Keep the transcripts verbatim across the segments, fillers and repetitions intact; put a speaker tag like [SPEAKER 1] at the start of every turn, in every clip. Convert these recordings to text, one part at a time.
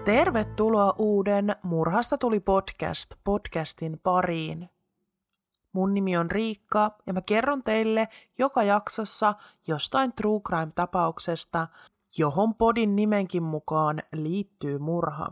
[SPEAKER 1] Tervetuloa uuden Murhasta tuli podcast podcastin pariin. Mun nimi on Riikka ja mä kerron teille joka jaksossa jostain true crime-tapauksesta, johon podin nimenkin mukaan liittyy murha.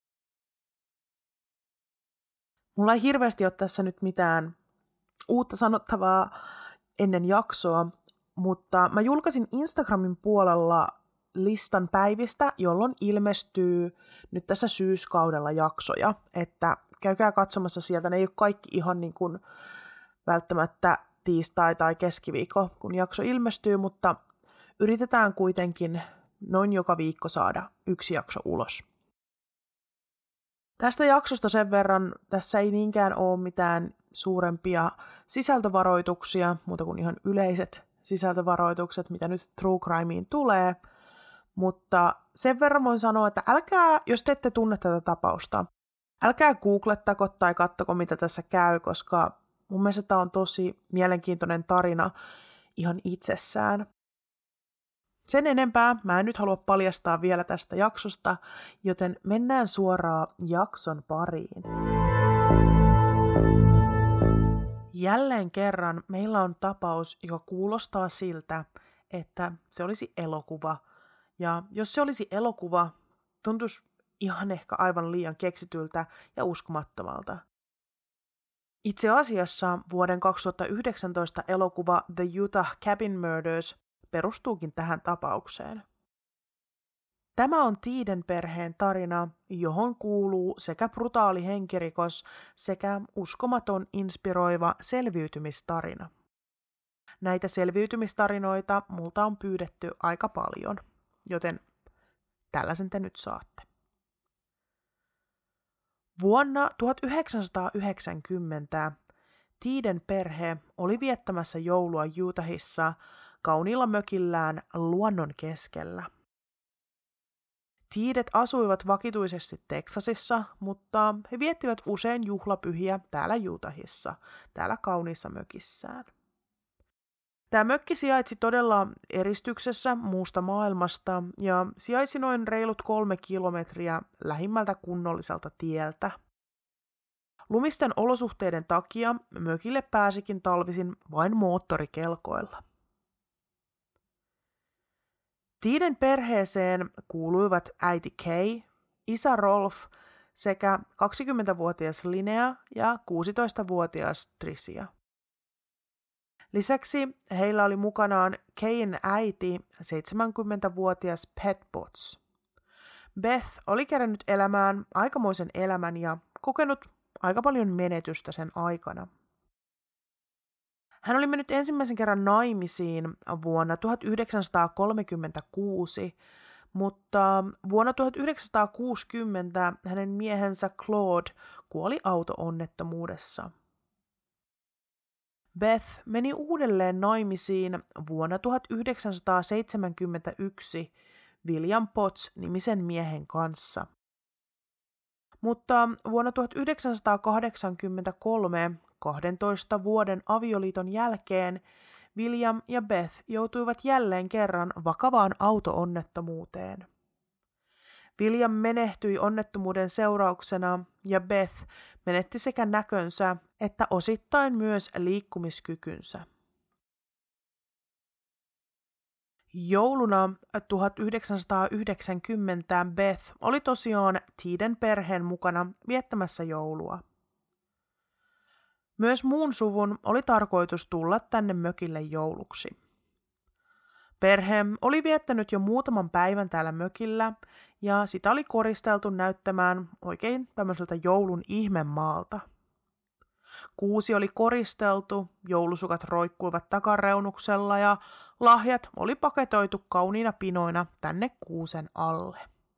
[SPEAKER 1] Mulla ei hirveästi ole tässä nyt mitään uutta sanottavaa ennen jaksoa, mutta mä julkaisin Instagramin puolella listan päivistä, jolloin ilmestyy nyt tässä syyskaudella jaksoja, että käykää katsomassa sieltä. Ne ei ole kaikki ihan niin kuin välttämättä tiistai tai keskiviikko, kun jakso ilmestyy, mutta yritetään kuitenkin noin joka viikko saada yksi jakso ulos. Tästä jaksosta sen verran, tässä ei niinkään ole mitään suurempia sisältövaroituksia, muuta kuin ihan yleiset sisältövaroitukset, mitä nyt true crimeen tulee. Mutta sen verran voin sanoa, että älkää, jos te ette tunne tätä tapausta, älkää googlettako tai kattoko, mitä tässä käy, koska mun mielestä tämä on tosi mielenkiintoinen tarina ihan itsessään. Sen enempää mä en nyt halua paljastaa vielä tästä jaksosta, joten mennään suoraan jakson pariin. Jälleen kerran meillä on tapaus, joka kuulostaa siltä, että se olisi elokuva. Ja jos se olisi elokuva, tuntuisi ihan ehkä aivan liian keksityltä ja uskomattomalta. Itse asiassa vuoden kaksituhattayhdeksäntoista elokuva The Utah Cabin Murders perustuukin tähän tapaukseen. Tämä on Teeden perheen tarina, johon kuuluu sekä brutaali henkirikos sekä uskomaton inspiroiva selviytymistarina. Näitä selviytymistarinoita multa on pyydetty aika paljon, joten tällaisen te nyt saatte. Vuonna tuhatyhdeksänsataayhdeksänkymmentä Teeden perhe oli viettämässä joulua Utahissa kauniilla mökillään luonnon keskellä. Teedet asuivat vakituisesti Teksasissa, mutta he viettivät usein juhlapyhiä täällä Utahissa, täällä kauniissa mökissään. Tämä mökki sijaitsi todella eristyksessä muusta maailmasta ja sijaitsi noin reilut kolme kilometriä lähimmältä kunnolliselta tieltä. Lumisten olosuhteiden takia mökille pääsikin talvisin vain moottorikelkoilla. Teeden perheeseen kuuluivat äiti Kay, isä Rolf sekä kaksikymmentävuotias Linnea ja kuusitoistavuotias Tricia. Lisäksi heillä oli mukanaan Kayn äiti, seitsemänkymmentävuotias Beth Potts. Beth oli kerännyt elämään aikamoisen elämän ja kokenut aika paljon menetystä sen aikana. Hän oli mennyt ensimmäisen kerran naimisiin vuonna tuhatyhdeksänsataakolmekymmentäkuusi, mutta vuonna tuhatyhdeksänsataakuusikymmentä hänen miehensä Claude kuoli auto-onnettomuudessa. Beth meni uudelleen naimisiin vuonna tuhatyhdeksänsataaseitsemänkymmentäyksi William Potts-nimisen miehen kanssa. Mutta vuonna tuhatyhdeksänsataakahdeksankymmentäkolme, kahdentoista vuoden avioliiton jälkeen, William ja Beth joutuivat jälleen kerran vakavaan auto-onnettomuuteen. William menehtyi onnettomuuden seurauksena ja Beth menetti sekä näkönsä että osittain myös liikkumiskykynsä. Jouluna tuhatyhdeksänsataayhdeksänkymmentä Beth oli tosiaan Teeden perheen mukana viettämässä joulua. Myös muun suvun oli tarkoitus tulla tänne mökille jouluksi. Perhe oli viettänyt jo muutaman päivän täällä mökillä ja sitä oli koristeltu näyttämään oikein tämmöiseltä joulun ihmemaalta. Kuusi oli koristeltu, joulusukat roikkuivat takareunuksella ja lahjat oli paketoitu kauniina pinoina tänne kuusen alle.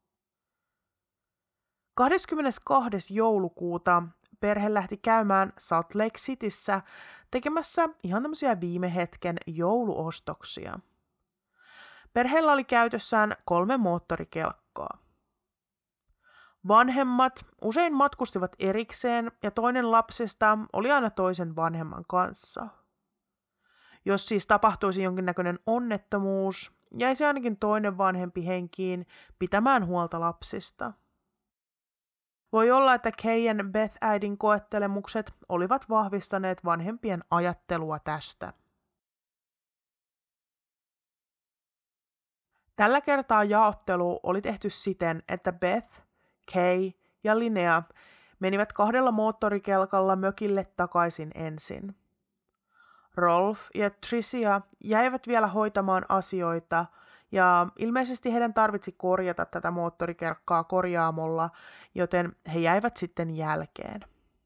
[SPEAKER 1] kahdeskymmenestoinen joulukuuta perhe lähti käymään Salt Lake Cityssä tekemässä ihan tämmöisiä viime hetken jouluostoksia. Perheellä oli käytössään kolme moottorikelkkaa. Vanhemmat usein matkustivat erikseen ja toinen lapsista oli aina toisen vanhemman kanssa. Jos siis tapahtuisi jonkinnäköinen onnettomuus, jäisi ainakin toinen vanhempi henkiin pitämään huolta lapsista. Voi olla, että Kayn Beth-äidin koettelemukset olivat vahvistaneet vanhempien ajattelua tästä. Tällä kertaa jaottelu oli tehty siten, että Beth, Kay ja Linnea menivät kahdella moottorikelkalla mökille takaisin ensin. Rolf ja Tricia jäivät vielä hoitamaan asioita, ja ilmeisesti heidän tarvitsi korjata tätä moottorikelkkaa korjaamolla, joten he jäivät sitten jälkeen.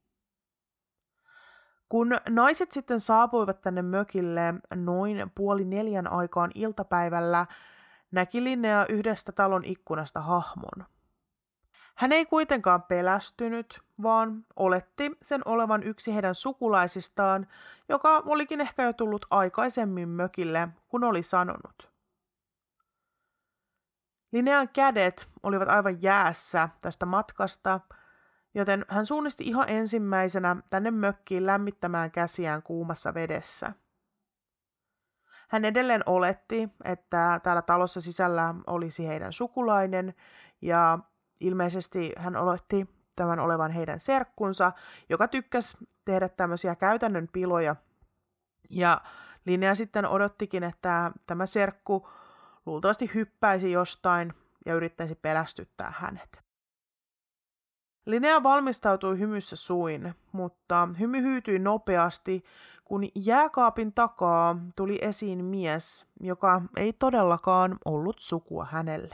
[SPEAKER 1] Kun naiset sitten saapuivat tänne mökille noin puoli neljän aikaan iltapäivällä, näki Linnea yhdestä talon ikkunasta hahmon. Hän ei kuitenkaan pelästynyt, vaan oletti sen olevan yksi heidän sukulaisistaan, joka olikin ehkä jo tullut aikaisemmin mökille, kun oli sanonut. Linnean kädet olivat aivan jäässä tästä matkasta, joten hän suunnisti ihan ensimmäisenä tänne mökkiin lämmittämään käsiään kuumassa vedessä. Hän edelleen oletti, että täällä talossa sisällä olisi heidän sukulainen, ja ilmeisesti hän oletti tämän olevan heidän serkkunsa, joka tykkäsi tehdä tämmöisiä käytännön piloja. Ja Linnea sitten odottikin, että tämä serkku luultavasti hyppäisi jostain ja yrittäisi pelästyttää hänet. Linnea valmistautui hymyssä suin, mutta hymy hyytyi nopeasti, kun jääkaapin takaa tuli esiin mies, joka ei todellakaan ollut sukua hänelle.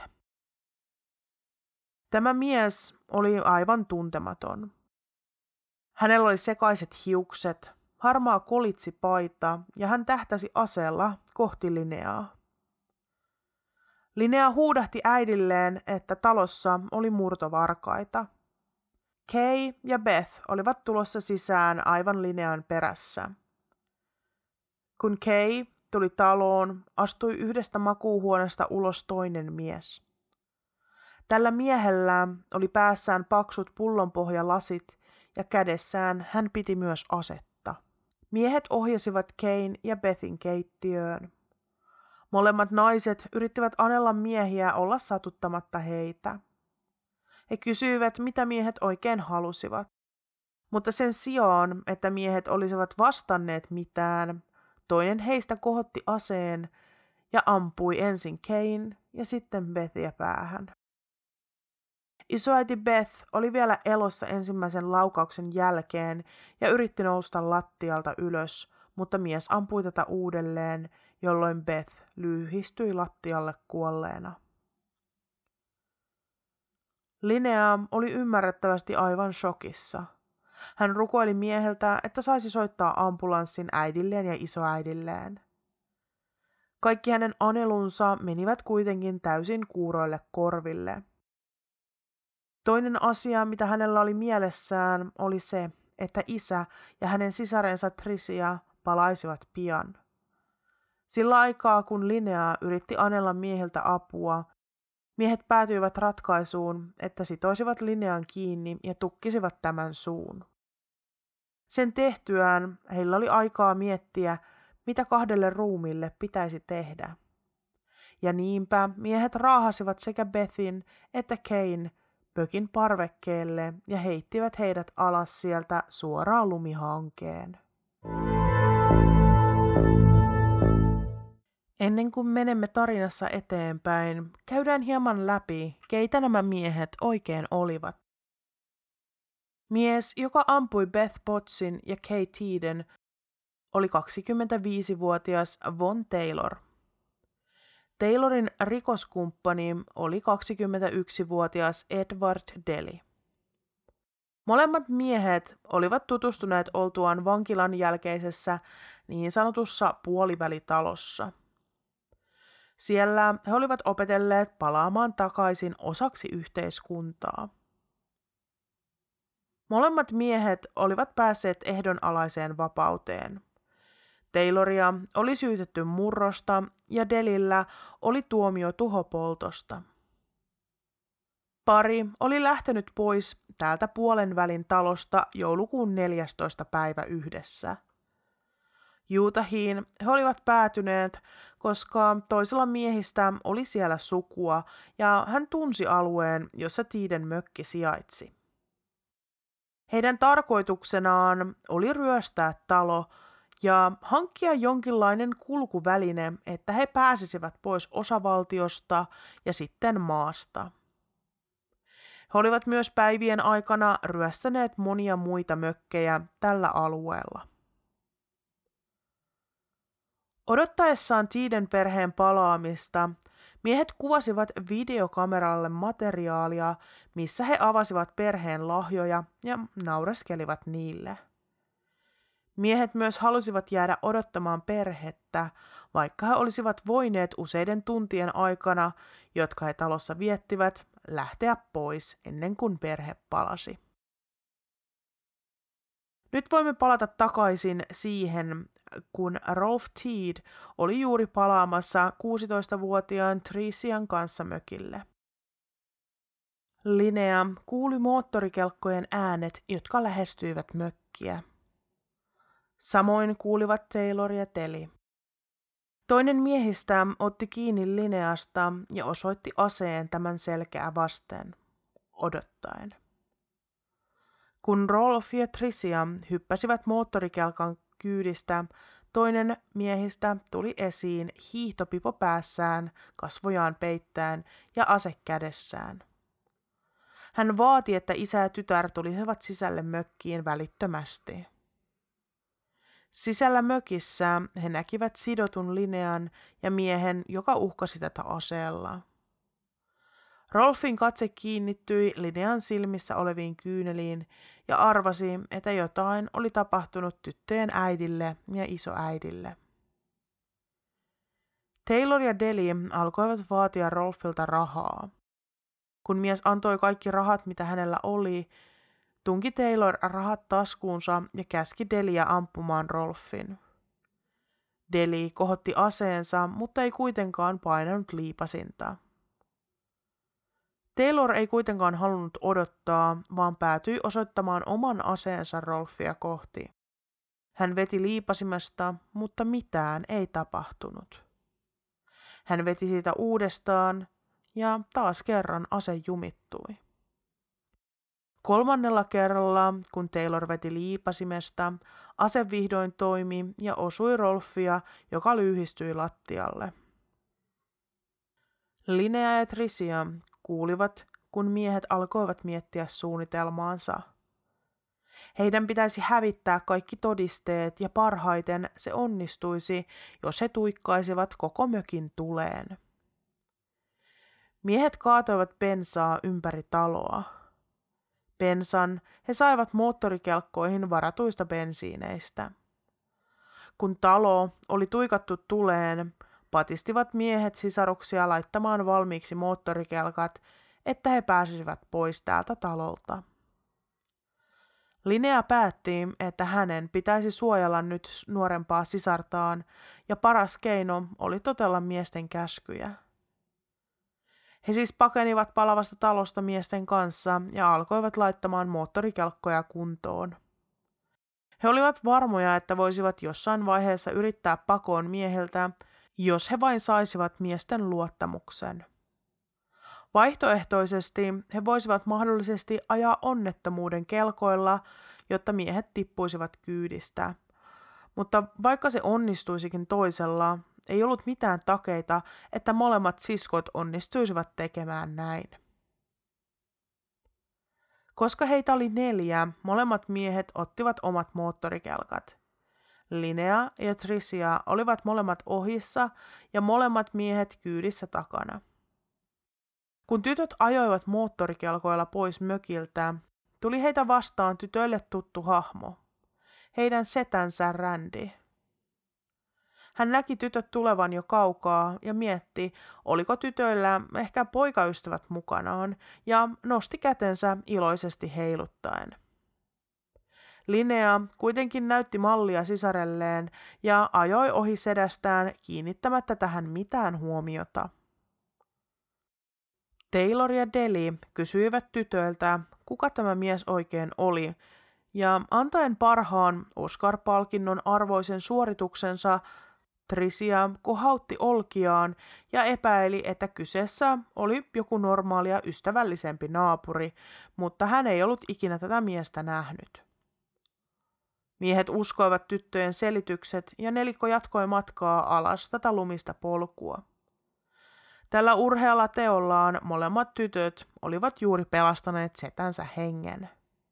[SPEAKER 1] Tämä mies oli aivan tuntematon. Hänellä oli sekaiset hiukset, harmaa kolitsipaita ja hän tähtäsi aseella kohti Linneaa. Linnea huudahti äidilleen, että talossa oli murtovarkaita. Kay ja Beth olivat tulossa sisään aivan Linnean perässä. Kun Kay tuli taloon, astui yhdestä makuuhuoneesta ulos toinen mies. Tällä miehellä oli päässään paksut pullonpohjalasit ja kädessään hän piti myös asetta. Miehet ohjasivat Kayn ja Bethin keittiöön. Molemmat naiset yrittivät anella miehiä olla satuttamatta heitä. He kysyivät, mitä miehet oikein halusivat. Mutta sen sijaan, että miehet olisivat vastanneet mitään, toinen heistä kohotti aseen ja ampui ensin Kayn ja sitten Bethia päähän. Isoäiti Beth oli vielä elossa ensimmäisen laukauksen jälkeen ja yritti nousta lattialta ylös, mutta mies ampui tätä uudelleen, jolloin Beth lyhistyi lattialle kuolleena. Linnea oli ymmärrettävästi aivan shokissa. Hän rukoili mieheltä, että saisi soittaa ambulanssin äidilleen ja isoäidilleen. Kaikki hänen anelunsa menivät kuitenkin täysin kuuroille korville. Toinen asia, mitä hänellä oli mielessään, oli se, että isä ja hänen sisarensa Tricia palaisivat pian. Sillä aikaa, kun Linnea yritti anella mieheltä apua, miehet päätyivät ratkaisuun, että sitoisivat Linnean kiinni ja tukkisivat tämän suun. Sen tehtyään heillä oli aikaa miettiä, mitä kahdelle ruumiille pitäisi tehdä. Ja niinpä miehet raahasivat sekä Bethin että Kayn pökin parvekkeelle ja heittivät heidät alas sieltä suoraan lumihankeen. Ennen kuin menemme tarinassa eteenpäin, käydään hieman läpi, keitä nämä miehet oikein olivat. Mies, joka ampui Beth Potsin ja Kay Teeden, oli kaksikymmentäviisivuotias Von Taylor. Taylorin rikoskumppani oli kaksikymmentäyksivuotias Edward Deli. Molemmat miehet olivat tutustuneet oltuaan vankilan jälkeisessä niin sanotussa puolivälitalossa. Siellä he olivat opetelleet palaamaan takaisin osaksi yhteiskuntaa. Molemmat miehet olivat päässeet ehdonalaiseen vapauteen. Tayloria oli syytetty murrosta ja Delillä oli tuomio tuhopoltosta. Pari oli lähtenyt pois täältä puolen välin talosta joulukuun neljästoista päivä yhdessä. Utahiin he olivat päätyneet, koska toisella miehistä oli siellä sukua ja hän tunsi alueen, jossa Teeden mökki sijaitsi. Heidän tarkoituksenaan oli ryöstää talo ja hankkia jonkinlainen kulkuväline, että he pääsisivät pois osavaltiosta ja sitten maasta. He olivat myös päivien aikana ryöstäneet monia muita mökkejä tällä alueella. Odottaessaan Teeden perheen palaamista, miehet kuvasivat videokameralle materiaalia, missä he avasivat perheen lahjoja ja naureskelivat niille. Miehet myös halusivat jäädä odottamaan perhettä, vaikka he olisivat voineet useiden tuntien aikana, jotka he talossa viettivät, lähteä pois ennen kuin perhe palasi. Nyt voimme palata takaisin siihen, kun Rolf Teed oli juuri palaamassa kuusitoistavuotiaan Trician kanssa mökille. Linnea kuuli moottorikelkkojen äänet, jotka lähestyivät mökkiä. Samoin kuulivat Taylor ja Deli. Toinen miehistä otti kiinni Linneasta ja osoitti aseen tämän selkää vasten, odottaen. Kun Rolf ja Tricia hyppäsivät moottorikelkan kyydistä, toinen miehistä tuli esiin hiihtopipo päässään, kasvojaan peittäen ja ase kädessään. Hän vaati, että isä ja tytär tulisivat sisälle mökkiin välittömästi. Sisällä mökissä he näkivät sidotun Linnean ja miehen, joka uhkasi tätä aseella. Rolfin katse kiinnittyi Linnean silmissä oleviin kyyneliin ja arvasi, että jotain oli tapahtunut tyttöjen äidille ja isoäidille. Taylor ja Deli alkoivat vaatia Rolfilta rahaa. Kun mies antoi kaikki rahat, mitä hänellä oli, tunki Taylor rahat taskuunsa ja käski Deliä ampumaan Rolfin. Deli kohotti aseensa, mutta ei kuitenkaan painanut liipasinta. Taylor ei kuitenkaan halunnut odottaa, vaan päätyi osoittamaan oman aseensa Rolfia kohti. Hän veti liipasimesta, mutta mitään ei tapahtunut. Hän veti siitä uudestaan ja taas kerran ase jumittui. Kolmannella kerralla, kun Taylor veti liipasimesta, ase vihdoin toimi ja osui Rolfia, joka lyhistyi lattialle. Linnea ja Tricia kuulivat, kun miehet alkoivat miettiä suunnitelmaansa. Heidän pitäisi hävittää kaikki todisteet ja parhaiten se onnistuisi, jos he tuikkaisivat koko mökin tuleen. Miehet kaatoivat bensaa ympäri taloa. Bensan he saivat moottorikelkkoihin varatuista bensiineistä. Kun talo oli tuikattu tuleen, patistivat miehet sisaruksia laittamaan valmiiksi moottorikelkat, että he pääsisivät pois täältä talolta. Linnea päätti, että hänen pitäisi suojella nyt nuorempaa sisartaan, ja paras keino oli totella miesten käskyjä. He siis pakenivat palavasta talosta miesten kanssa ja alkoivat laittamaan moottorikelkkoja kuntoon. He olivat varmoja, että voisivat jossain vaiheessa yrittää pakoon miehiltä, jos he vain saisivat miesten luottamuksen. Vaihtoehtoisesti he voisivat mahdollisesti ajaa onnettomuuden kelkoilla, jotta miehet tippuisivat kyydistä. Mutta vaikka se onnistuisikin toisella, ei ollut mitään takeita, että molemmat siskot onnistuisivat tekemään näin. Koska heitä oli neljä, molemmat miehet ottivat omat moottorikelkat. Linnea ja Tricia olivat molemmat ohissa ja molemmat miehet kyydissä takana. Kun tytöt ajoivat moottorikelkoilla pois mökiltä, tuli heitä vastaan tytöille tuttu hahmo, heidän setänsä Randy. Hän näki tytöt tulevan jo kaukaa ja mietti, oliko tytöillä ehkä poikaystävät mukanaan, ja nosti kätensä iloisesti heiluttaen. Linnea kuitenkin näytti mallia sisarelleen ja ajoi ohi sedästään kiinnittämättä tähän mitään huomiota. Taylor ja Deli kysyivät tytöiltä, kuka tämä mies oikein oli, ja antaen parhaan Oscar-palkinnon arvoisen suorituksensa, Tricia kohautti olkiaan ja epäili, että kyseessä oli joku normaalia ystävällisempi naapuri, mutta hän ei ollut ikinä tätä miestä nähnyt. Miehet uskoivat tyttöjen selitykset ja nelikko jatkoi matkaa alas tätä lumista polkua. Tällä urhealla teollaan molemmat tytöt olivat juuri pelastaneet setänsä hengen.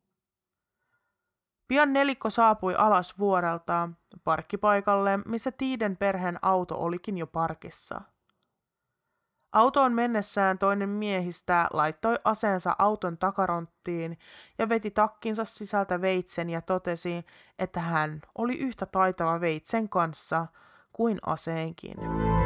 [SPEAKER 1] Pian nelikko saapui alas vuorelta parkkipaikalle, missä Tiiden perheen auto olikin jo parkissa. Autoon mennessään toinen miehistä laittoi aseensa auton takaronttiin ja veti takkinsa sisältä veitsen ja totesi, että hän oli yhtä taitava veitsen kanssa kuin aseenkin.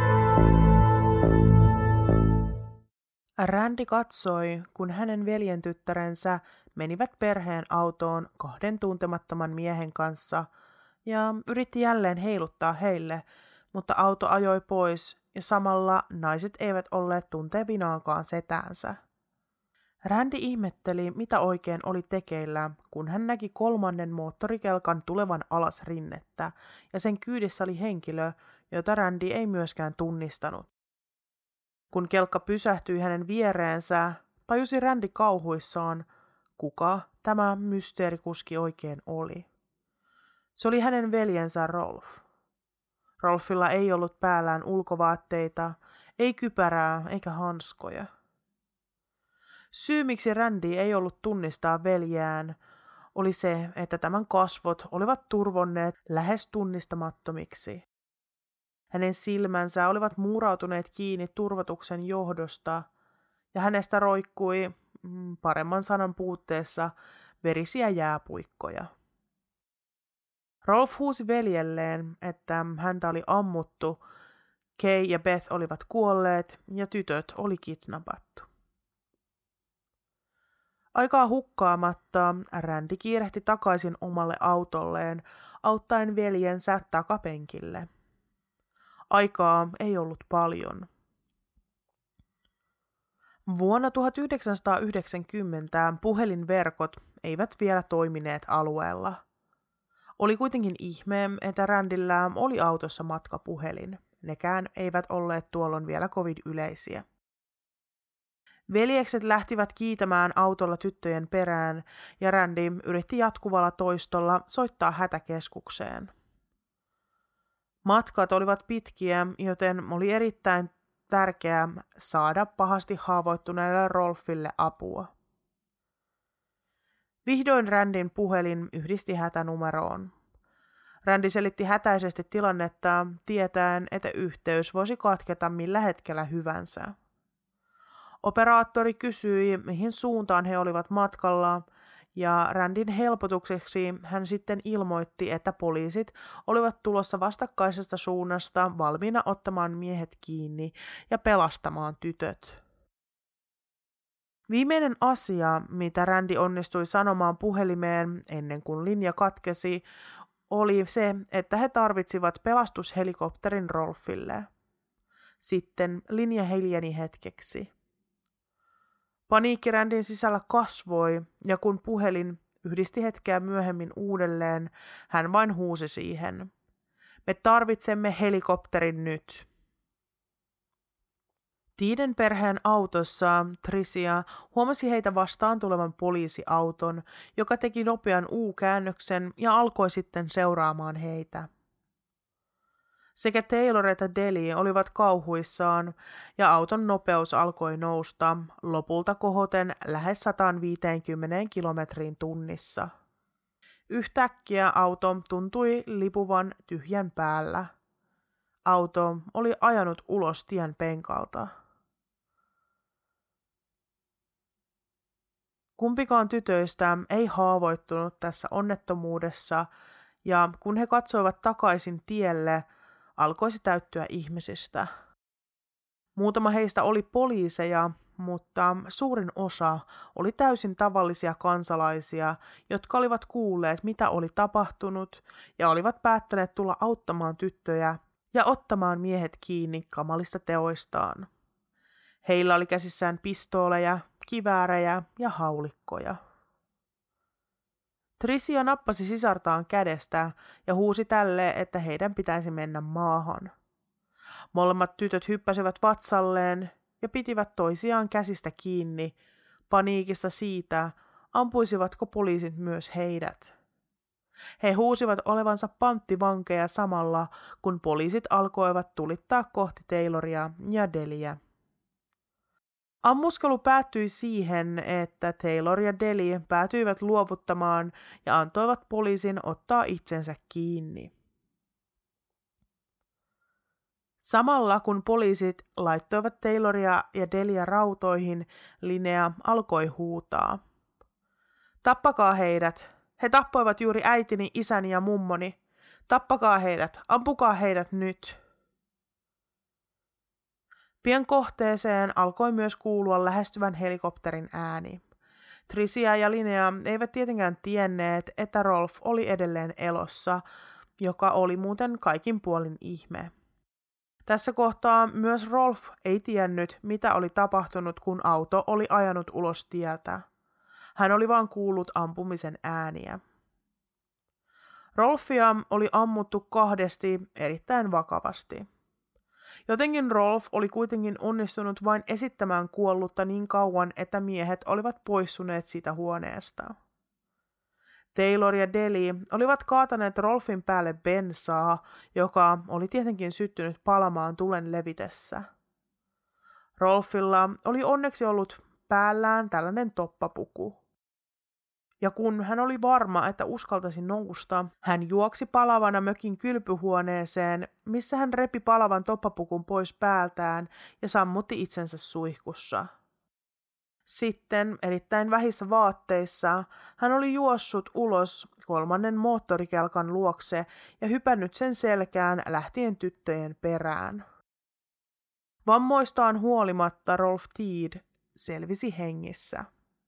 [SPEAKER 1] Randy katsoi, kun hänen veljentyttärensä menivät perheen autoon kahden tuntemattoman miehen kanssa ja yritti jälleen heiluttaa heille, mutta auto ajoi pois ja samalla naiset eivät olleet tuntevinaankaan setäänsä. Randy ihmetteli, mitä oikein oli tekeillä, kun hän näki kolmannen moottorikelkan tulevan alas rinnettä ja sen kyydissä oli henkilö, jota Randy ei myöskään tunnistanut. Kun kelkka pysähtyi hänen viereensä, tajusi Randy kauhuissaan, kuka tämä mysteerikuski oikein oli. Se oli hänen veljensä Rolf. Rolfilla ei ollut päällään ulkovaatteita, ei kypärää eikä hanskoja. Syy, miksi Randy ei ollut tunnistaa veljään, oli se, että tämän kasvot olivat turvonneet lähes tunnistamattomiksi. Hänen silmänsä olivat muurautuneet kiinni turvotuksen johdosta, ja hänestä roikkui, paremman sanan puutteessa, verisiä jääpuikkoja. Rolf huusi veljelleen, että häntä oli ammuttu, Kay ja Beth olivat kuolleet ja tytöt oli kidnappattu. Aikaa hukkaamatta Randy kiirehti takaisin omalle autolleen, auttaen veljensä takapenkille. Aikaa ei ollut paljon. Vuonna tuhatyhdeksänsataayhdeksänkymmentä puhelinverkot eivät vielä toimineet alueella. Oli kuitenkin ihme, että Randyllä oli autossa matkapuhelin. Nekään eivät olleet tuolloin vielä kovin yleisiä. Veljekset lähtivät kiitämään autolla tyttöjen perään ja Randy yritti jatkuvalla toistolla soittaa hätäkeskukseen. Matkat olivat pitkiä, joten oli erittäin tärkeää saada pahasti haavoittuneelle Rolfille apua. Vihdoin Randyn puhelin yhdisti hätänumeroon. Randy selitti hätäisesti tilannetta, tietäen, että yhteys voisi katketa millä hetkellä hyvänsä. Operaattori kysyi, mihin suuntaan he olivat matkalla, ja Randyn helpotukseksi hän sitten ilmoitti, että poliisit olivat tulossa vastakkaisesta suunnasta valmiina ottamaan miehet kiinni ja pelastamaan tytöt. Viimeinen asia, mitä Randy onnistui sanomaan puhelimeen ennen kuin linja katkesi, oli se, että he tarvitsivat pelastushelikopterin Rolfille. Sitten linja hiljeni hetkeksi. Paniikki Randyn sisällä kasvoi, ja kun puhelin yhdisti hetkeä myöhemmin uudelleen, hän vain huusi siihen. Me tarvitsemme helikopterin nyt. Tiiden perheen autossa Tricia huomasi heitä vastaan tulevan poliisiauton, joka teki nopean U-käännöksen ja alkoi sitten seuraamaan heitä. Sekä Taylor että Deli olivat kauhuissaan ja auton nopeus alkoi nousta, lopulta kohoten lähes sata viisikymmentä kilometriin tunnissa. Yhtäkkiä auto tuntui lipuvan tyhjän päällä. Auto oli ajanut ulos tien penkalta. Kumpikaan tytöistä ei haavoittunut tässä onnettomuudessa, ja kun he katsoivat takaisin tielle, alkoi se täyttyä ihmisistä. Muutama heistä oli poliiseja, mutta suurin osa oli täysin tavallisia kansalaisia, jotka olivat kuulleet, mitä oli tapahtunut, ja olivat päättäneet tulla auttamaan tyttöjä ja ottamaan miehet kiinni kamalista teoistaan. Heillä oli käsissään pistooleja, kiväärejä ja haulikkoja. Tricia nappasi sisartaan kädestä ja huusi tälle, että heidän pitäisi mennä maahan. Molemmat tytöt hyppäsivät vatsalleen ja pitivät toisiaan käsistä kiinni, paniikissa siitä, ampuisivatko poliisit myös heidät. He huusivat olevansa panttivankeja samalla, kun poliisit alkoivat tulittaa kohti Tayloria ja Deliä. Ammuskelu päättyi siihen, että Taylor ja Deli päätyivät luovuttamaan ja antoivat poliisin ottaa itsensä kiinni. Samalla kun poliisit laittoivat Tayloria ja Delia rautoihin, Linnea alkoi huutaa. Tappakaa heidät! He tappoivat juuri äitini, isäni ja mummoni. Tappakaa heidät! Ampukaa heidät nyt! Pian kohteeseen alkoi myös kuulua lähestyvän helikopterin ääni. Tricia ja Linnea eivät tietenkään tienneet, että Rolf oli edelleen elossa, joka oli muuten kaikin puolin ihme. Tässä kohtaa myös Rolf ei tiennyt, mitä oli tapahtunut, kun auto oli ajanut ulos tieltä. Hän oli vain kuullut ampumisen ääniä. Rolfia oli ammuttu kahdesti erittäin vakavasti. Jotenkin Rolf oli kuitenkin onnistunut vain esittämään kuollutta niin kauan, että miehet olivat poissuneet siitä huoneesta. Taylor ja Deli olivat kaataneet Rolfin päälle bensaa, joka oli tietenkin syttynyt palamaan tulen levitessä. Rolfilla oli onneksi ollut päällään tällainen toppapuku. Ja kun hän oli varma, että uskaltaisi nousta, hän juoksi palavana mökin kylpyhuoneeseen, missä hän repi palavan toppapukun pois päältään ja sammutti itsensä suihkussa. Sitten, erittäin vähissä vaatteissa, hän oli juossut ulos kolmannen moottorikelkan luokse ja hypännyt sen selkään lähtien tyttöjen perään. Vammoistaan huolimatta Rolf Teed selvisi hengissä.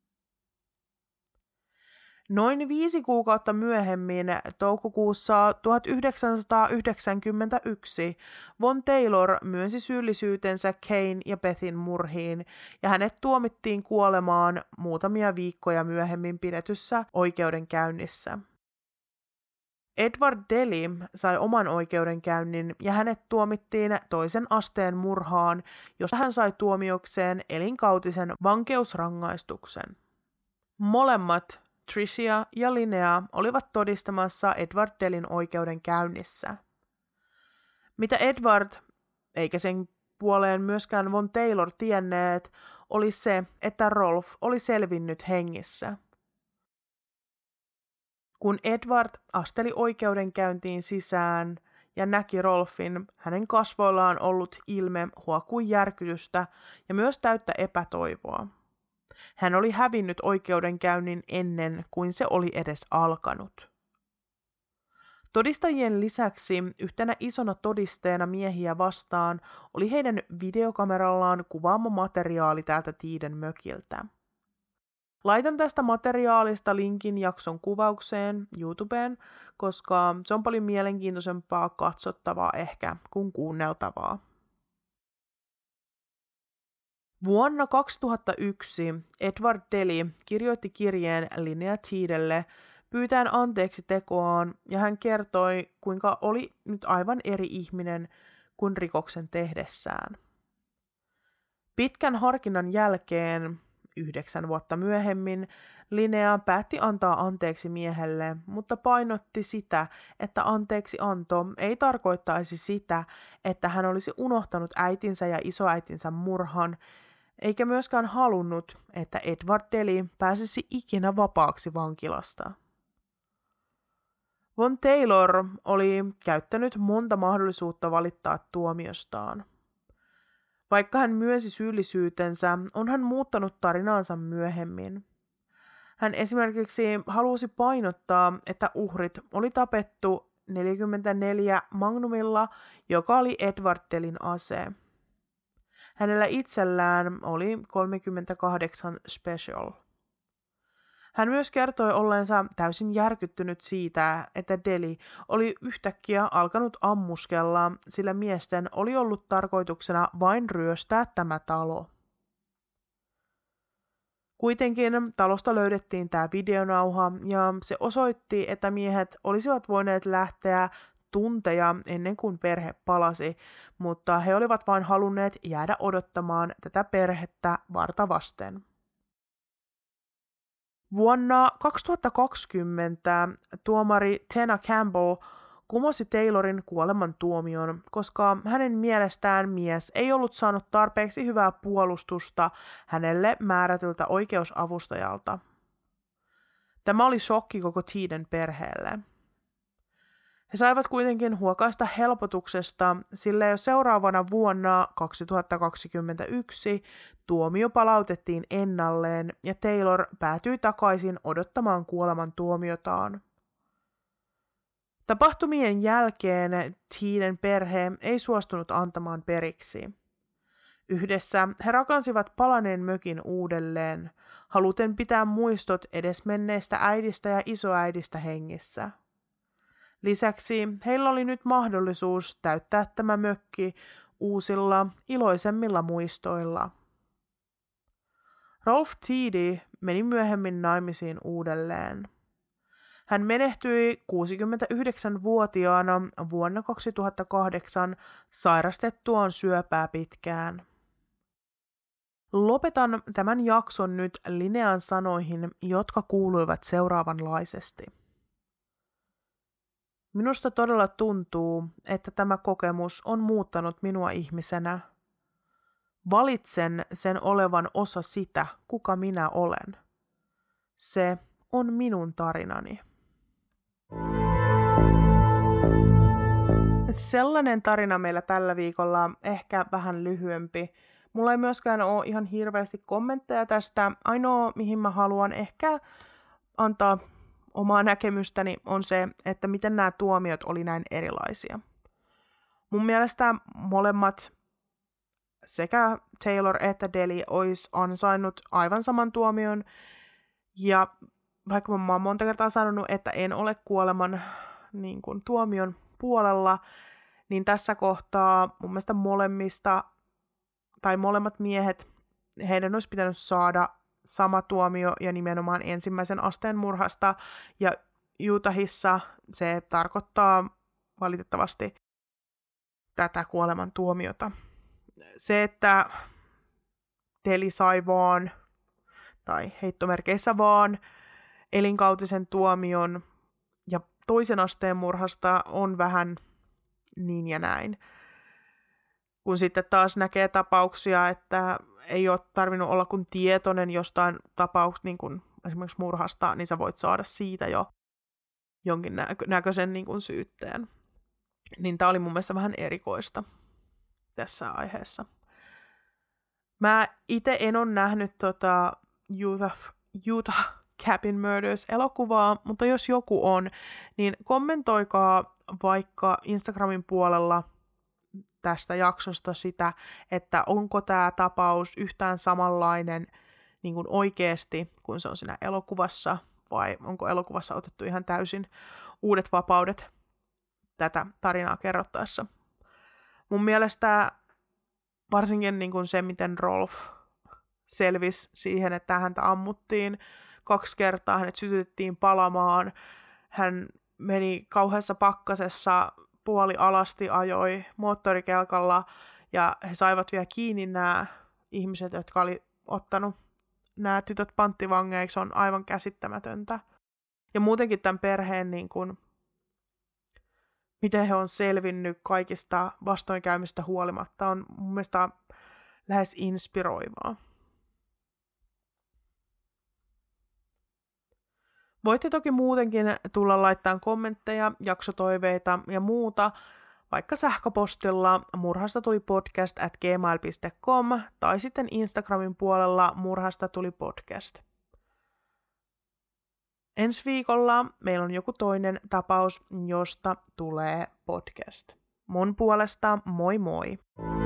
[SPEAKER 1] Noin viisi kuukautta myöhemmin, toukokuussa tuhatyhdeksänsataayhdeksänkymmentäyksi, Von Taylor myönsi syyllisyytensä Kane ja Bethin murhiin, ja hänet tuomittiin kuolemaan muutamia viikkoja myöhemmin pidetyssä oikeudenkäynnissä. Edward Deli sai oman oikeudenkäynnin, ja hänet tuomittiin toisen asteen murhaan, josta hän sai tuomiokseen elinkautisen vankeusrangaistuksen. Molemmat Tricia ja Linnea olivat todistamassa Edward Delin oikeudenkäynnissä. Mitä Edward, eikä sen puoleen myöskään Von Taylor tienneet, oli se, että Rolf oli selvinnyt hengissä. Kun Edward asteli oikeudenkäyntiin sisään ja näki Rolfin, hänen kasvoillaan ollut ilme huokui järkytystä ja myös täyttä epätoivoa. Hän oli hävinnyt oikeudenkäynnin ennen kuin se oli edes alkanut. Todistajien lisäksi yhtenä isona todisteena miehiä vastaan oli heidän videokamerallaan kuvaama materiaali täältä Teeden mökiltä. Laitan tästä materiaalista linkin jakson kuvaukseen YouTubeen, koska se on paljon mielenkiintoisempaa katsottavaa ehkä kuin kuunneltavaa. Vuonna kaksituhattayksi Edward Deli kirjoitti kirjeen Linnea Teedelle pyytäen anteeksi tekoaan, ja hän kertoi, kuinka oli nyt aivan eri ihminen kuin rikoksen tehdessään. Pitkän harkinnan jälkeen, yhdeksän vuotta myöhemmin, Linnea päätti antaa anteeksi miehelle, mutta painotti sitä, että anteeksianto ei tarkoittaisi sitä, että hän olisi unohtanut äitinsä ja isoäitinsä murhan, eikä myöskään halunnut, että Edward Deli pääsisi ikinä vapaaksi vankilasta. Von Taylor oli käyttänyt monta mahdollisuutta valittaa tuomiostaan. Vaikka hän myönsi syyllisyytensä, on hän muuttanut tarinaansa myöhemmin. Hän esimerkiksi halusi painottaa, että uhrit oli tapettu neljäkymmentäneljä Magnumilla, joka oli Edward Delin ase. Hänellä itsellään oli kolmekymmentäkahdeksan Special. Hän myös kertoi olleensa täysin järkyttynyt siitä, että Deli oli yhtäkkiä alkanut ammuskella, sillä miesten oli ollut tarkoituksena vain ryöstää tämä talo. Kuitenkin talosta löydettiin tämä videonauha ja se osoitti, että miehet olisivat voineet lähteä tunteja ennen kuin perhe palasi, mutta he olivat vain halunneet jäädä odottamaan tätä perhettä varta vasten. Vuonna kaksituhattakaksikymmentä tuomari Tena Campbell kumosi Taylorin kuolemantuomion, koska hänen mielestään mies ei ollut saanut tarpeeksi hyvää puolustusta hänelle määrätyltä oikeusavustajalta. Tämä oli shokki koko Teeden perheelle. He saivat kuitenkin huokaista helpotuksesta, sillä jo seuraavana vuonna kaksituhattakaksikymmentäyksi tuomio palautettiin ennalleen ja Taylor päätyi takaisin odottamaan kuolemantuomiotaan. Tapahtumien jälkeen Teeden perhe ei suostunut antamaan periksi. Yhdessä he rakensivat palaneen mökin uudelleen, haluten pitää muistot edesmenneestä äidistä ja isoäidistä hengissä. Lisäksi heillä oli nyt mahdollisuus täyttää tämä mökki uusilla, iloisemmilla muistoilla. Rolf Teedy meni myöhemmin naimisiin uudelleen. Hän menehtyi kuusikymmentäyhdeksänvuotiaana vuonna kaksituhattakahdeksan sairastettuaan syöpää pitkään. Lopetan tämän jakson nyt Linean sanoihin, jotka kuuluivat seuraavanlaisesti. Minusta todella tuntuu, että tämä kokemus on muuttanut minua ihmisenä. Valitsen sen olevan osa sitä, kuka minä olen. Se on minun tarinani. Sellainen tarina meillä tällä viikolla, ehkä vähän lyhyempi. Mulla ei myöskään ole ihan hirveästi kommentteja tästä. Ainoa, mihin mä haluan ehkä antaa omaa näkemystäni, on se, että miten nämä tuomiot oli näin erilaisia. Mun mielestä molemmat, sekä Taylor että Deli, olisi ansainnut aivan saman tuomion. Ja vaikka mä oon monta kertaa sanonut, että en ole kuoleman niin kuin, tuomion puolella, niin tässä kohtaa mun mielestä molemmista, tai molemmat miehet, heidän olisi pitänyt saada sama tuomio ja nimenomaan ensimmäisen asteen murhasta. Ja Utahissa se tarkoittaa valitettavasti tätä kuoleman tuomiota. Se, että Deli sai vaan, tai heittomerkeissä vaan, elinkautisen tuomion ja toisen asteen murhasta on vähän niin ja näin. Kun sitten taas näkee tapauksia, että ei ole tarvinnut olla kuin tietoinen jostain tapauksesta, niin kuin esimerkiksi murhasta, niin sä voit saada siitä jo jonkin näköisen niin kuin syytteen. Niin tää oli mun mielestä vähän erikoista tässä aiheessa. Mä itse en ole nähnyt tota Utah, Utah Cabin Murders-elokuvaa, mutta jos joku on, niin kommentoikaa vaikka Instagramin puolella tästä jaksosta sitä, että onko tämä tapaus yhtään samanlainen niin kuin oikeasti, kun se on siinä elokuvassa, vai onko elokuvassa otettu ihan täysin uudet vapaudet tätä tarinaa kerrottaessa. Mun mielestä varsinkin niin kuin se, miten Rolf selvisi siihen, että häntä ammuttiin kaksi kertaa, hänet sytytettiin palamaan, hän meni kauheassa pakkasessa, puoli alasti ajoi moottorikelkalla, ja he saivat vielä kiinni nämä ihmiset, jotka oli ottanut nämä tytöt panttivangeiksi, on aivan käsittämätöntä. Ja muutenkin tämän perheen, niin kuin, miten he on selvinnyt kaikista vastoinkäymistä huolimatta, on mun mielestä lähes inspiroivaa. Voitte toki muutenkin tulla laittamaan kommentteja, jaksotoiveita ja muuta, vaikka sähköpostilla murhasta tuli podcast at gmail piste com tai sitten Instagramin puolella murhasta tuli podcast. Ensi viikolla meillä on joku toinen tapaus, josta tulee podcast. Mun puolesta moi moi!